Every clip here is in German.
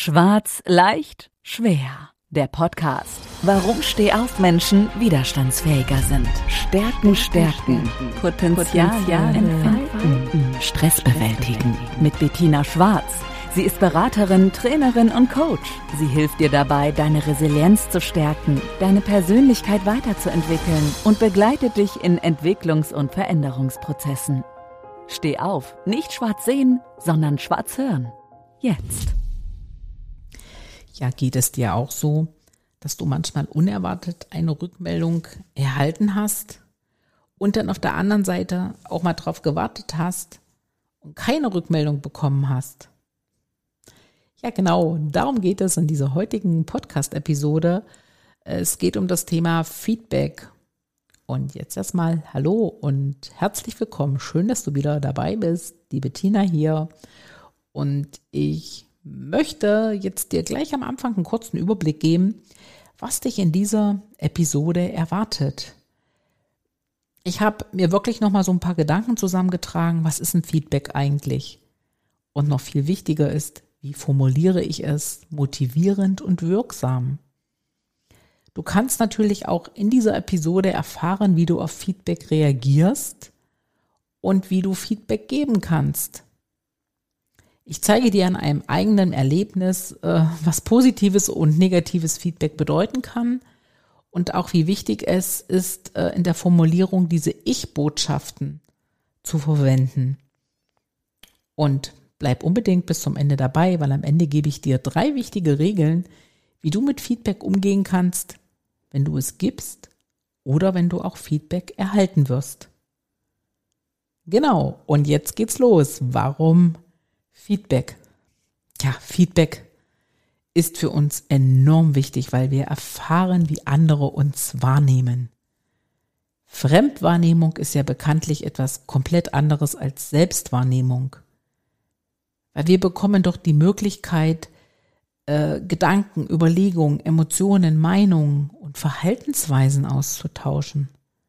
Schwarz, leicht, schwer. Der Podcast. Warum Stehaufmenschen widerstandsfähiger sind. Stärken. Potenzial entfalten. Stress bewältigen. Mit Bettina Schwarz. Sie ist Beraterin, Trainerin und Coach. Sie hilft dir dabei, deine Resilienz zu stärken, deine Persönlichkeit weiterzuentwickeln und begleitet dich in Entwicklungs- und Veränderungsprozessen. Steh auf, nicht schwarz sehen, sondern schwarz hören. Jetzt. Ja, geht es dir auch so, dass du manchmal unerwartet eine Rückmeldung erhalten hast und dann auf der anderen Seite auch mal drauf gewartet hast und keine Rückmeldung bekommen hast? Ja, genau, darum geht es in dieser heutigen Podcast-Episode. Es geht um das Thema Feedback. Und jetzt erstmal hallo und herzlich willkommen. Schön, dass du wieder dabei bist. Die Bettina hier. Und ich möchte jetzt dir gleich am Anfang einen kurzen Überblick geben, was dich in dieser Episode erwartet. Ich habe mir wirklich nochmal so ein paar Gedanken zusammengetragen, was ist ein Feedback eigentlich? Und noch viel wichtiger ist, wie formuliere ich es motivierend und wirksam? Du kannst natürlich auch in dieser Episode erfahren, wie du auf Feedback reagierst und wie du Feedback geben kannst. Ich zeige dir an einem eigenen Erlebnis, was positives und negatives Feedback bedeuten kann und auch wie wichtig es ist, in der Formulierung diese Ich-Botschaften zu verwenden. Und bleib unbedingt bis zum Ende dabei, weil am Ende gebe ich dir 3 wichtige Regeln, wie du mit Feedback umgehen kannst, wenn du es gibst oder wenn du auch Feedback erhalten wirst. Genau, und jetzt geht's los. Warum Feedback? Ja, Feedback ist für uns enorm wichtig, weil wir erfahren, wie andere uns wahrnehmen. Fremdwahrnehmung ist ja bekanntlich etwas komplett anderes als Selbstwahrnehmung. Weil wir bekommen doch die Möglichkeit, Gedanken, Überlegungen, Emotionen, Meinungen und Verhaltensweisen auszutauschen.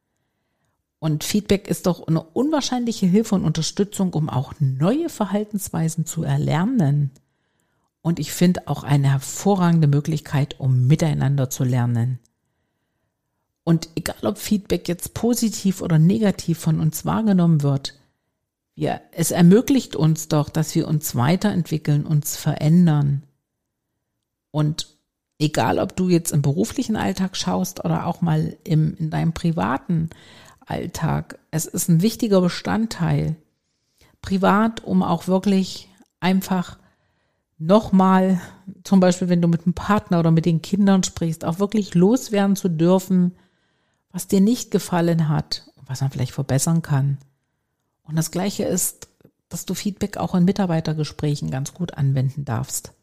Und Feedback ist doch eine unwahrscheinliche Hilfe und Unterstützung, um auch neue Verhaltensweisen zu erlernen. Und ich finde auch eine hervorragende Möglichkeit, um miteinander zu lernen. Und egal, ob Feedback jetzt positiv oder negativ von uns wahrgenommen wird, es ermöglicht uns doch, dass wir uns weiterentwickeln, uns verändern. Und egal, ob du jetzt im beruflichen Alltag schaust oder auch mal in deinem privaten Alltag, es ist ein wichtiger Bestandteil. Privat, um auch wirklich einfach nochmal, zum Beispiel wenn du mit dem Partner oder mit den Kindern sprichst, auch wirklich loswerden zu dürfen, was dir nicht gefallen hat und was man vielleicht verbessern kann. Und das Gleiche ist, dass du Feedback auch in Mitarbeitergesprächen ganz gut anwenden darfst.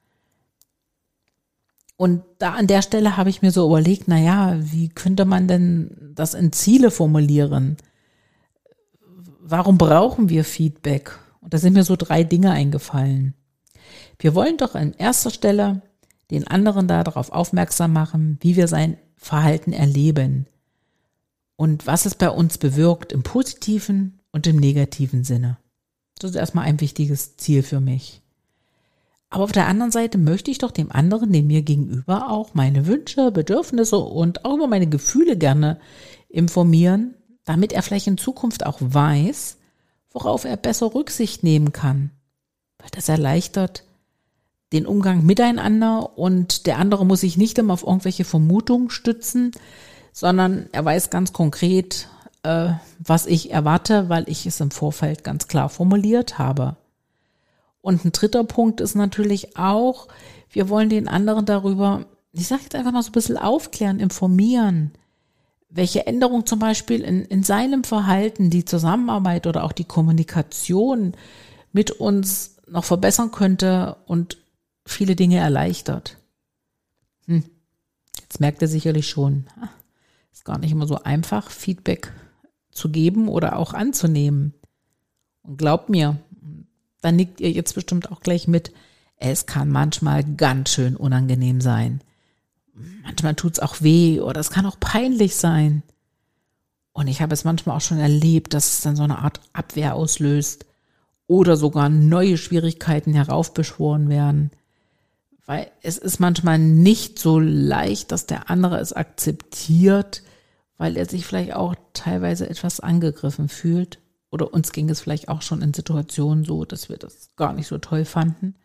Und da an der Stelle habe ich mir so überlegt, wie könnte man denn das in Ziele formulieren? Warum brauchen wir Feedback? Und da sind mir so 3 Dinge eingefallen. Wir wollen doch an erster Stelle den anderen darauf aufmerksam machen, wie wir sein Verhalten erleben und was es bei uns bewirkt im positiven und im negativen Sinne. Das ist erstmal ein wichtiges Ziel für mich. Aber auf der anderen Seite möchte ich doch dem anderen, dem mir gegenüber, auch meine Wünsche, Bedürfnisse und auch über meine Gefühle gerne informieren, damit er vielleicht in Zukunft auch weiß, worauf er besser Rücksicht nehmen kann. Weil das erleichtert den Umgang miteinander und der andere muss sich nicht immer auf irgendwelche Vermutungen stützen, sondern er weiß ganz konkret, was ich erwarte, weil ich es im Vorfeld ganz klar formuliert habe. Und ein 3. Punkt ist natürlich auch, wir wollen den anderen darüber, ich sage jetzt einfach mal so ein bisschen aufklären, informieren, welche Änderung zum Beispiel in seinem Verhalten, die Zusammenarbeit oder auch die Kommunikation mit uns noch verbessern könnte und viele Dinge erleichtert. Jetzt merkt er sicherlich schon, ist gar nicht immer so einfach, Feedback zu geben oder auch anzunehmen. Und glaubt mir, dann nickt ihr jetzt bestimmt auch gleich mit, es kann manchmal ganz schön unangenehm sein. Manchmal tut's auch weh oder es kann auch peinlich sein. Und ich habe es manchmal auch schon erlebt, dass es dann so eine Art Abwehr auslöst oder sogar neue Schwierigkeiten heraufbeschworen werden, weil es ist manchmal nicht so leicht, dass der andere es akzeptiert, weil er sich vielleicht auch teilweise etwas angegriffen fühlt. Oder uns ging es vielleicht auch schon in Situationen so, dass wir das gar nicht so toll fanden.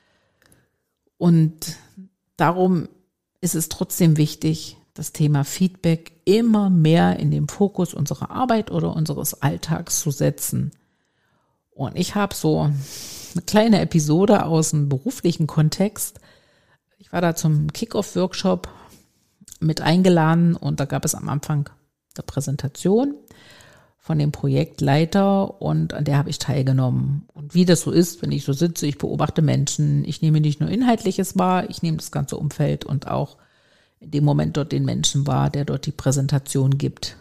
Und darum ist es trotzdem wichtig, das Thema Feedback immer mehr in den Fokus unserer Arbeit oder unseres Alltags zu setzen. Und ich habe so eine kleine Episode aus dem beruflichen Kontext. Ich war da zum Kick-Off-Workshop mit eingeladen und da gab es am Anfang eine Präsentation von dem Projektleiter und an der habe ich teilgenommen. Und wie das so ist, wenn ich so sitze, ich beobachte Menschen, ich nehme nicht nur Inhaltliches wahr, ich nehme das ganze Umfeld und auch in dem Moment dort den Menschen wahr, der dort die Präsentation gibt.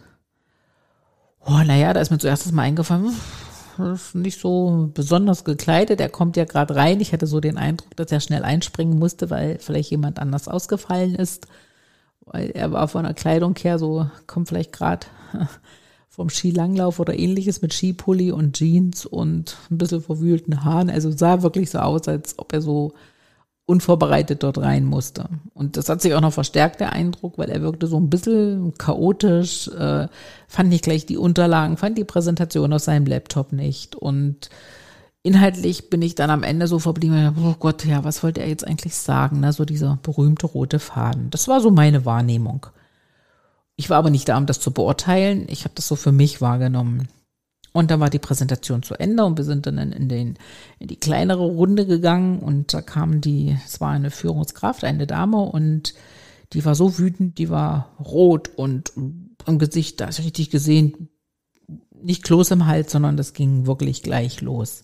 Da ist mir zuerst mal eingefallen, das ist nicht so besonders gekleidet, er kommt ja gerade rein. Ich hatte so den Eindruck, dass er schnell einspringen musste, weil vielleicht jemand anders ausgefallen ist. Weil er war von der Kleidung her so, kommt vielleicht gerade vom Skilanglauf oder ähnliches mit Skipulli und Jeans und ein bisschen verwühlten Haaren. Also sah wirklich so aus, als ob er so unvorbereitet dort rein musste. Und das hat sich auch noch verstärkt, der Eindruck, weil er wirkte so ein bisschen chaotisch, fand nicht gleich die Unterlagen, fand die Präsentation auf seinem Laptop nicht. Und inhaltlich bin ich dann am Ende so verblieben, oh Gott, ja, was wollte er jetzt eigentlich sagen? Ne? So dieser berühmte rote Faden. Das war so meine Wahrnehmung. Ich war aber nicht da, um das zu beurteilen. Ich habe das so für mich wahrgenommen. Und dann war die Präsentation zu Ende und wir sind dann in die kleinere Runde gegangen und da kam es war eine Führungskraft, eine Dame und die war so wütend, die war rot und im Gesicht, da ist richtig gesehen, nicht Kloß im Hals, sondern das ging wirklich gleich los.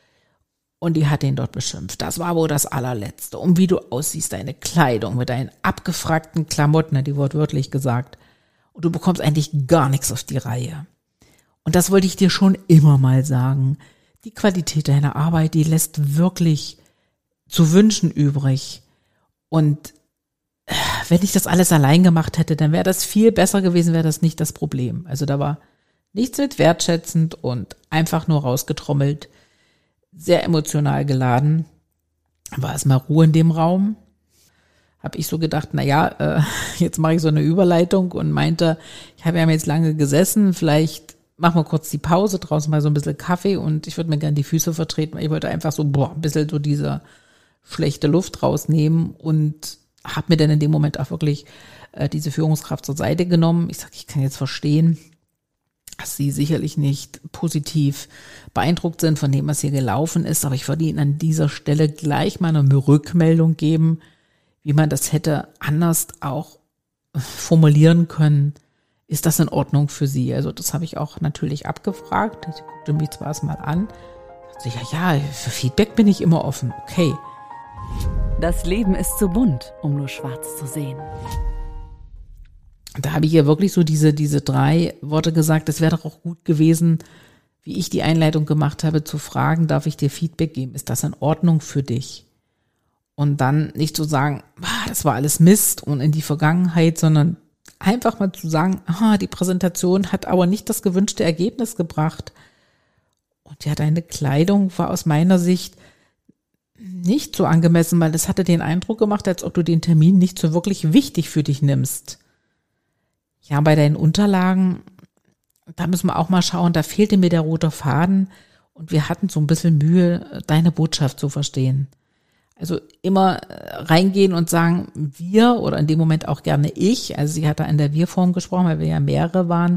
Und die hat ihn dort beschimpft. Das war wohl das allerletzte. Und wie du aussiehst, deine Kleidung mit deinen abgefragten Klamotten, die wortwörtlich gesagt. Und du bekommst eigentlich gar nichts auf die Reihe. Und das wollte ich dir schon immer mal sagen. Die Qualität deiner Arbeit, die lässt wirklich zu wünschen übrig. Und wenn ich das alles allein gemacht hätte, dann wäre das viel besser gewesen, wäre das nicht das Problem. Also da war nichts mit wertschätzend und einfach nur rausgetrommelt, sehr emotional geladen. War erstmal Ruhe in dem Raum. Habe ich so gedacht, jetzt mache ich so eine Überleitung und meinte, ich habe ja jetzt lange gesessen, vielleicht machen wir kurz die Pause, draußen mal so ein bisschen Kaffee und ich würde mir gerne die Füße vertreten, weil ich wollte einfach so ein bisschen so diese schlechte Luft rausnehmen und habe mir dann in dem Moment auch wirklich diese Führungskraft zur Seite genommen. Ich sage, ich kann jetzt verstehen, dass Sie sicherlich nicht positiv beeindruckt sind von dem, was hier gelaufen ist, aber ich würde Ihnen an dieser Stelle gleich mal eine Rückmeldung geben, wie man das hätte anders auch formulieren können. Ist das in Ordnung für Sie? Also das habe ich auch natürlich abgefragt. Sie guckte mich zwar erstmal an, sagte, ja, für Feedback bin ich immer offen. Okay. Das Leben ist zu bunt, um nur schwarz zu sehen. Da habe ich ihr wirklich so diese 3 Worte gesagt. Es wäre doch auch gut gewesen, wie ich die Einleitung gemacht habe, zu fragen, darf ich dir Feedback geben? Ist das in Ordnung für dich? Und dann nicht zu sagen, das war alles Mist und in die Vergangenheit, sondern einfach mal zu sagen, die Präsentation hat aber nicht das gewünschte Ergebnis gebracht. Und ja, deine Kleidung war aus meiner Sicht nicht so angemessen, weil das hatte den Eindruck gemacht, als ob du den Termin nicht so wirklich wichtig für dich nimmst. Ja, bei deinen Unterlagen, da müssen wir auch mal schauen, da fehlte mir der rote Faden und wir hatten so ein bisschen Mühe, deine Botschaft zu verstehen. Also immer reingehen und sagen, wir oder in dem Moment auch gerne ich, also sie hat da in der Wir-Form gesprochen, weil wir ja mehrere waren,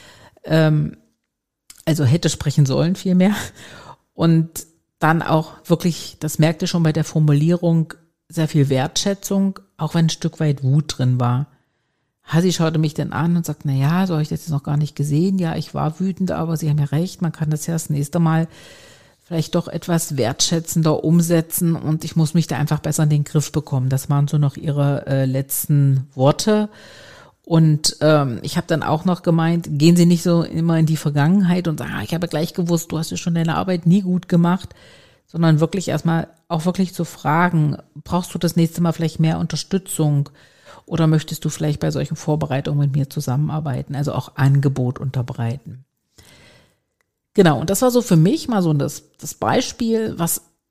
also hätte sprechen sollen vielmehr und dann auch wirklich, das merkte schon bei der Formulierung, sehr viel Wertschätzung, auch wenn ein Stück weit Wut drin war. Sie schaute mich dann an und sagt, so habe ich das jetzt noch gar nicht gesehen, ja, ich war wütend, aber Sie haben ja recht, man kann das ja das nächste Mal vielleicht doch etwas wertschätzender umsetzen und ich muss mich da einfach besser in den Griff bekommen. Das waren so noch ihre letzten Worte. Und ich habe dann auch noch gemeint, gehen Sie nicht so immer in die Vergangenheit und sagen, ich habe gleich gewusst, du hast ja schon deine Arbeit nie gut gemacht, sondern wirklich erstmal auch wirklich zu fragen, brauchst du das nächste Mal vielleicht mehr Unterstützung oder möchtest du vielleicht bei solchen Vorbereitungen mit mir zusammenarbeiten, also auch Angebot unterbreiten. Genau, und das war so für mich mal so das Beispiel, was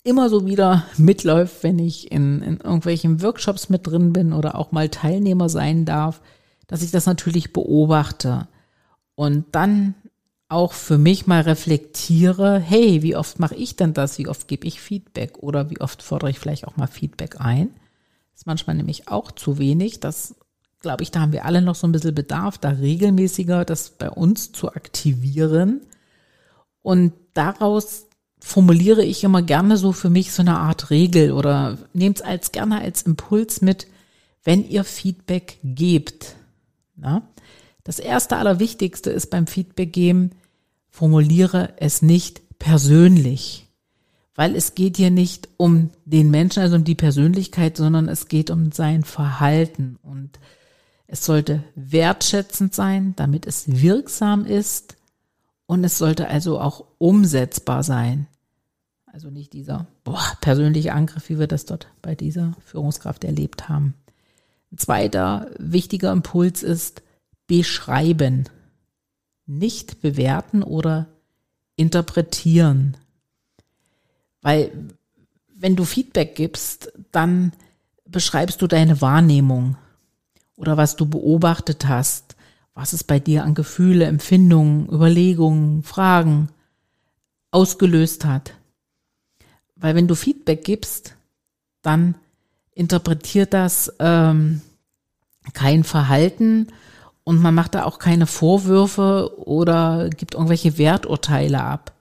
immer so wieder mitläuft, wenn ich in irgendwelchen Workshops mit drin bin oder auch mal Teilnehmer sein darf, dass ich das natürlich beobachte und dann auch für mich mal reflektiere, hey, wie oft mache ich denn das? Wie oft gebe ich Feedback oder wie oft fordere ich vielleicht auch mal Feedback ein? Das ist manchmal nämlich auch zu wenig. Das, glaube ich, da haben wir alle noch so ein bisschen Bedarf, da regelmäßiger das bei uns zu aktivieren. Und daraus formuliere ich immer gerne so für mich so eine Art Regel oder nehmt es gerne als Impuls mit, wenn ihr Feedback gebt. Na? Das erste, Allerwichtigste ist beim Feedback geben, formuliere es nicht persönlich, weil es geht hier nicht um den Menschen, also um die Persönlichkeit, sondern es geht um sein Verhalten und es sollte wertschätzend sein, damit es wirksam ist und es sollte also auch umsetzbar sein. Also nicht dieser persönliche Angriff, wie wir das dort bei dieser Führungskraft erlebt haben. Ein zweiter wichtiger Impuls ist beschreiben, nicht bewerten oder interpretieren. Weil wenn du Feedback gibst, dann beschreibst du deine Wahrnehmung oder was du beobachtet hast, was es bei dir an Gefühle, Empfindungen, Überlegungen, Fragen ausgelöst hat. Weil wenn du Feedback gibst, dann interpretiert das kein Verhalten und man macht da auch keine Vorwürfe oder gibt irgendwelche Werturteile ab.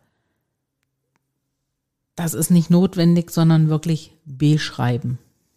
Das ist nicht notwendig, sondern wirklich beschreiben.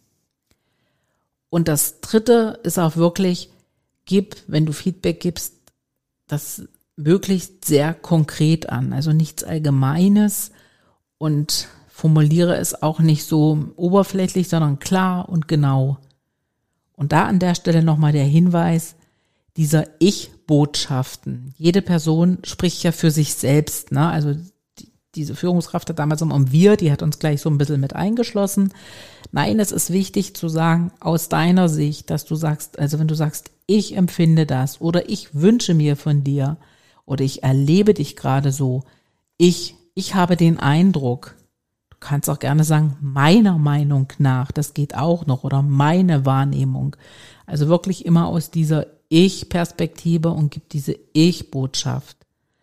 Und das dritte ist auch wirklich, wenn du Feedback gibst, das möglichst sehr konkret an, also nichts Allgemeines und formuliere es auch nicht so oberflächlich, sondern klar und genau. Und da an der Stelle nochmal der Hinweis, dieser Ich-Botschaften. Jede Person spricht ja für sich selbst, ne? Also diese Führungskraft hat damals um wir, die hat uns gleich so ein bisschen mit eingeschlossen. Nein, es ist wichtig zu sagen, aus deiner Sicht, dass du sagst, also wenn du sagst, ich empfinde das oder ich wünsche mir von dir oder ich erlebe dich gerade so, ich habe den Eindruck, du kannst auch gerne sagen, meiner Meinung nach, das geht auch noch oder meine Wahrnehmung. Also wirklich immer aus dieser Ich-Perspektive und gibt diese Ich-Botschaft.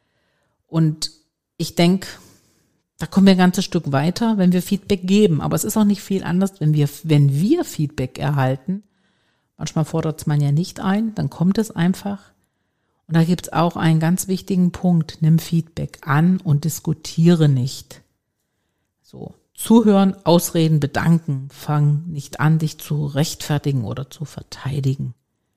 Und ich denke, da kommen wir ein ganzes Stück weiter, wenn wir Feedback geben. Aber es ist auch nicht viel anders, wenn wir Feedback erhalten. Manchmal fordert es man ja nicht ein, dann kommt es einfach. Und da gibt es auch einen ganz wichtigen Punkt. Nimm Feedback an und diskutiere nicht. So, zuhören, ausreden, bedanken. Fang nicht an, dich zu rechtfertigen oder zu verteidigen.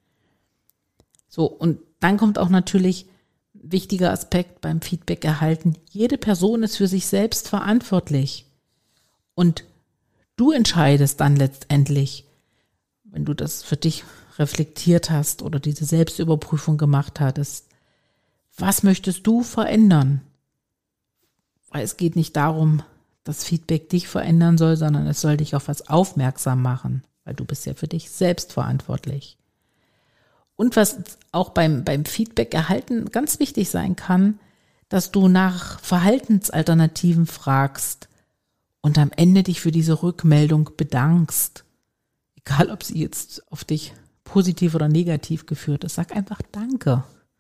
So, und dann kommt auch natürlich wichtiger Aspekt beim Feedback erhalten. Jede Person ist für sich selbst verantwortlich. Und du entscheidest dann letztendlich, wenn du das für dich reflektiert hast oder diese Selbstüberprüfung gemacht hattest, was möchtest du verändern? Weil es geht nicht darum, dass Feedback dich verändern soll, sondern es soll dich auf was aufmerksam machen, weil du bist ja für dich selbst verantwortlich. Und was auch beim Feedback erhalten ganz wichtig sein kann, dass du nach Verhaltensalternativen fragst und am Ende dich für diese Rückmeldung bedankst. Egal, ob sie jetzt auf dich positiv oder negativ geführt ist, sag einfach Danke.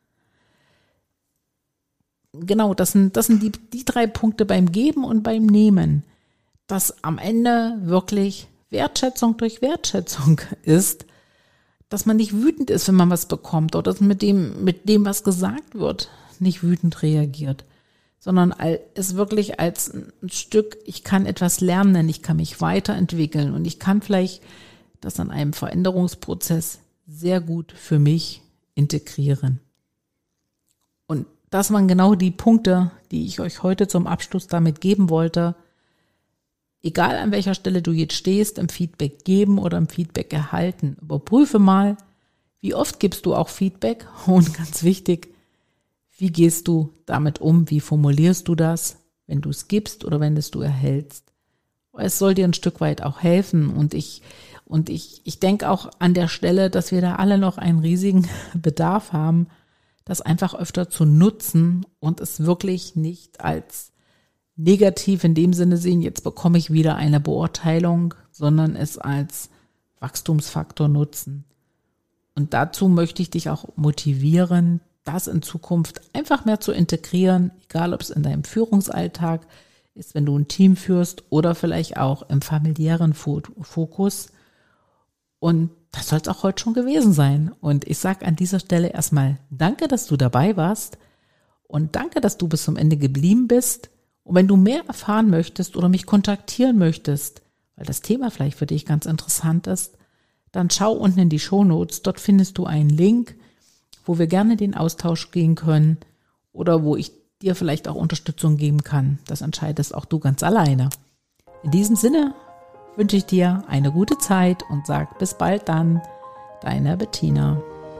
Genau, das sind die 3 Punkte beim Geben und beim Nehmen, dass am Ende wirklich Wertschätzung durch Wertschätzung ist, dass man nicht wütend ist, wenn man was bekommt oder dass mit dem, was gesagt wird, nicht wütend reagiert, sondern es wirklich als ein Stück, ich kann etwas lernen, ich kann mich weiterentwickeln und ich kann vielleicht das an einem Veränderungsprozess sehr gut für mich integrieren. Und das waren genau die Punkte, die ich euch heute zum Abschluss damit geben wollte. Egal an welcher Stelle du jetzt stehst, im Feedback geben oder im Feedback erhalten, überprüfe mal, wie oft gibst du auch Feedback und ganz wichtig, wie gehst du damit um, wie formulierst du das, wenn du es gibst oder wenn du erhältst. Es soll dir ein Stück weit auch helfen und ich denke auch an der Stelle, dass wir da alle noch einen riesigen Bedarf haben, das einfach öfter zu nutzen und es wirklich nicht als negativ in dem Sinne sehen, jetzt bekomme ich wieder eine Beurteilung, sondern es als Wachstumsfaktor nutzen. Und dazu möchte ich dich auch motivieren, das in Zukunft einfach mehr zu integrieren, egal ob es in deinem Führungsalltag ist, wenn du ein Team führst oder vielleicht auch im familiären Fokus. Und das soll es auch heute schon gewesen sein. Und ich sage an dieser Stelle erstmal danke, dass du dabei warst und danke, dass du bis zum Ende geblieben bist. Und wenn du mehr erfahren möchtest oder mich kontaktieren möchtest, weil das Thema vielleicht für dich ganz interessant ist, dann schau unten in die Shownotes. Dort findest du einen Link, wo wir gerne den Austausch gehen können oder wo ich dir vielleicht auch Unterstützung geben kann. Das entscheidest auch du ganz alleine. In diesem Sinne wünsche ich dir eine gute Zeit und sag bis bald dann, deine Bettina.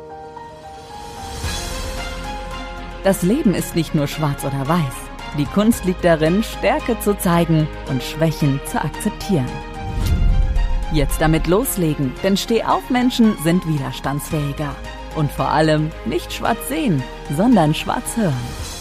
Das Leben ist nicht nur schwarz oder weiß. Die Kunst liegt darin, Stärke zu zeigen und Schwächen zu akzeptieren. Jetzt damit loslegen, denn Stehauf-Menschen sind widerstandsfähiger. Und vor allem nicht schwarz sehen, sondern schwarz hören.